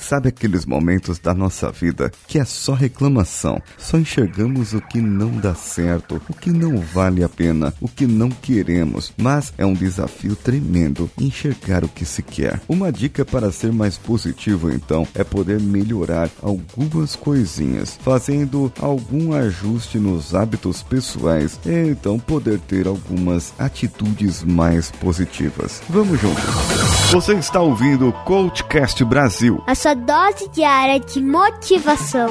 Sabe aqueles momentos da nossa vida que é só reclamação, só enxergamos o que não dá certo, o que não vale a pena, o que não queremos, mas é um desafio tremendo enxergar o que se quer. Uma dica para ser mais positivo, então, é poder melhorar algumas coisinhas, fazendo algum ajuste nos hábitos pessoais e então poder ter algumas atitudes mais positivas. Vamos juntos! Você está ouvindo o Coachcast Brasil, a sua dose diária de motivação.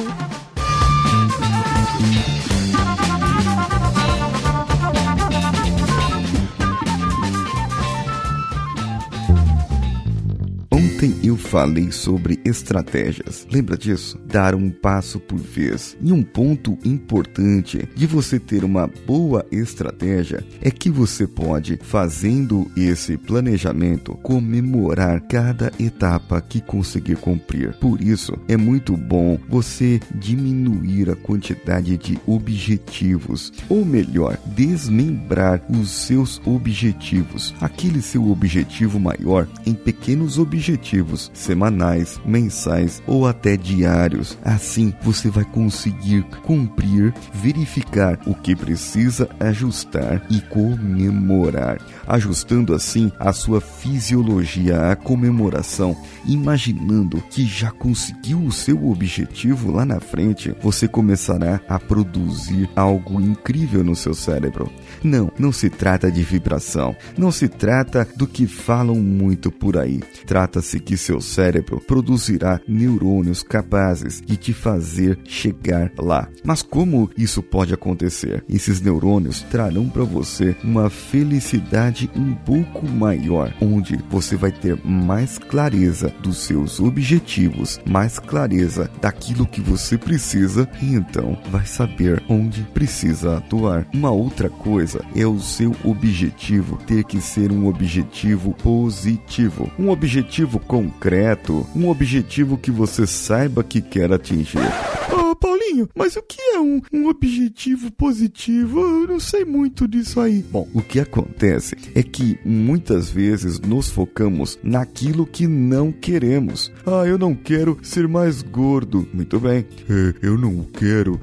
Ontem eu falei sobre estratégias. Lembra disso? Dar um passo por vez. E um ponto importante de você ter uma boa estratégia é que você pode, fazendo esse planejamento, comemorar cada etapa que conseguir cumprir. Por isso, é muito bom você diminuir a quantidade de objetivos, ou melhor, desmembrar os seus objetivos. Aquele seu objetivo maior em pequenos objetivos semanais, mensais ou até diários. Assim, você vai conseguir cumprir, verificar o que precisa ajustar e comemorar. Ajustando assim a sua fisiologia à comemoração, imaginando que já conseguiu o seu objetivo lá na frente, você começará a produzir algo incrível no seu cérebro. Não se trata de vibração, não se trata do que falam muito por aí. Trata-se que seu cérebro produzirá neurônios capazes de te fazer chegar lá. Mas como isso pode acontecer? Esses neurônios trarão para você uma felicidade um pouco maior, onde você vai ter mais clareza dos seus objetivos, mais clareza daquilo que você precisa e então vai saber onde precisa atuar. Uma outra coisa é o seu objetivo ter que ser um objetivo positivo, um objetivo concreto, um objetivo que você saiba que quer atingir. Paulinho, mas o que é um objetivo positivo? Eu não sei muito disso aí. Bom, o que acontece é que muitas vezes nos focamos naquilo que não queremos. Eu não quero ser mais gordo. Muito bem. Eu não quero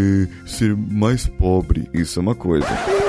ser mais pobre. Isso é uma coisa.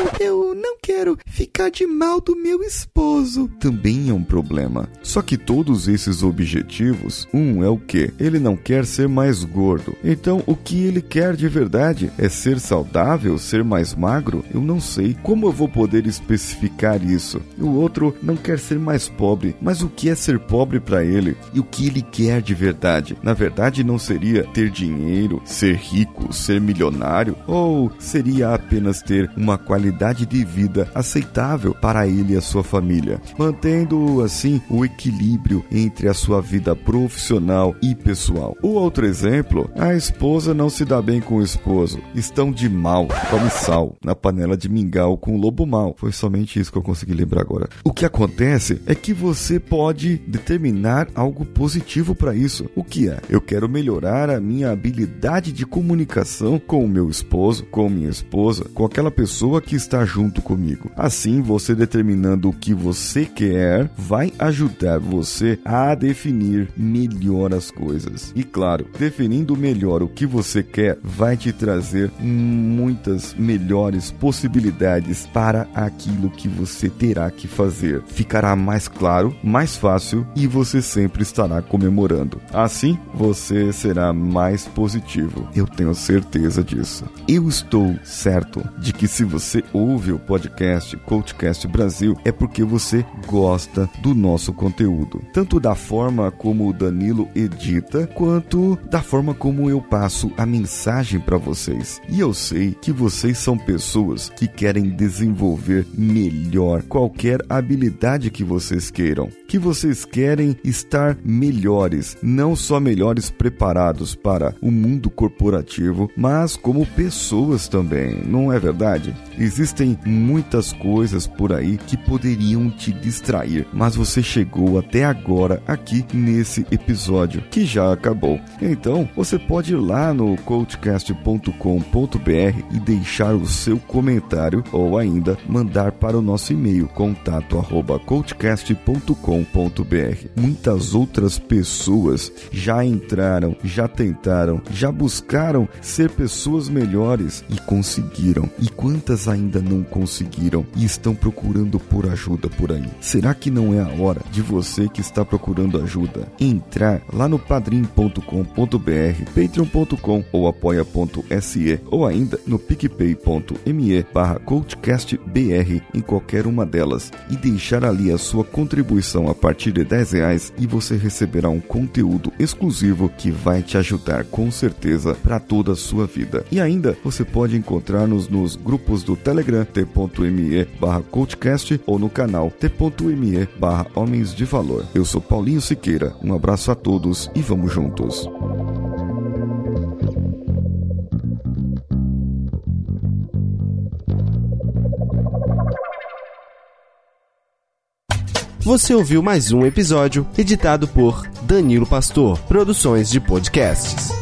Eu não quero ficar de mal do meu esposo. Também é um problema. Só que todos esses objetivos, é o quê? Ele não quer ser mais gordo. Então, o que ele quer de verdade é ser saudável, ser mais magro? Eu não sei. Como eu vou poder especificar isso? O outro não quer ser mais pobre. Mas o que é ser pobre para ele? E o que ele quer de verdade? Na verdade, não seria ter dinheiro, ser rico, ser milionário? Ou seria apenas ter uma qualidade de vida aceitável para ele e a sua família, mantendo assim o equilíbrio entre a sua vida profissional e pessoal. O outro exemplo, a esposa não se dá bem com o esposo, estão de mal, come sal na panela de mingau com o lobo mau. Foi somente isso que eu consegui lembrar agora. O que acontece é que você pode determinar algo positivo para isso. O que é? Eu quero melhorar a minha habilidade de comunicação com o meu esposo, com minha esposa, com aquela pessoa que está junto comigo. Assim, você determinando o que você quer vai ajudar você a definir melhor as coisas. E claro, definindo melhor o que você quer vai te trazer muitas melhores possibilidades para aquilo que você terá que fazer. Ficará mais claro, mais fácil e você sempre estará comemorando. Assim, você será mais positivo. Eu tenho certeza disso. Eu estou certo de que se você ouve o podcast Coachcast Brasil é porque você gosta do nosso conteúdo, tanto da forma como o Danilo edita, quanto da forma como eu passo a mensagem para vocês. E eu sei que vocês são pessoas que querem desenvolver melhor qualquer habilidade que vocês queiram, que vocês querem estar melhores, não só melhores preparados para o mundo corporativo, mas como pessoas também, não é verdade? Existem muitas muitas coisas por aí que poderiam te distrair, mas você chegou até agora aqui nesse episódio que já acabou. Então, você pode ir lá no coachcast.com.br e deixar o seu comentário ou ainda mandar para o nosso e-mail contato@coachcast.com.br. Muitas outras pessoas já entraram, já tentaram, já buscaram ser pessoas melhores e conseguiram. E quantas ainda não conseguiram e estão procurando por ajuda por aí? Será que não é a hora de você que está procurando ajuda entrar lá no padrim.com.br, patreon.com ou apoia.se ou ainda no picpay.me/coachcastbr em qualquer uma delas e deixar ali a sua contribuição a partir de R$10 e você receberá um conteúdo exclusivo que vai te ajudar com certeza para toda a sua vida. E ainda você pode encontrar-nos nos grupos do Telegram t.me/coachcast ou no canal t.me/homens de valor. Eu sou Paulinho Siqueira, um abraço a todos e vamos juntos. Você ouviu mais um episódio editado por Danilo Pastor, Produções de Podcasts.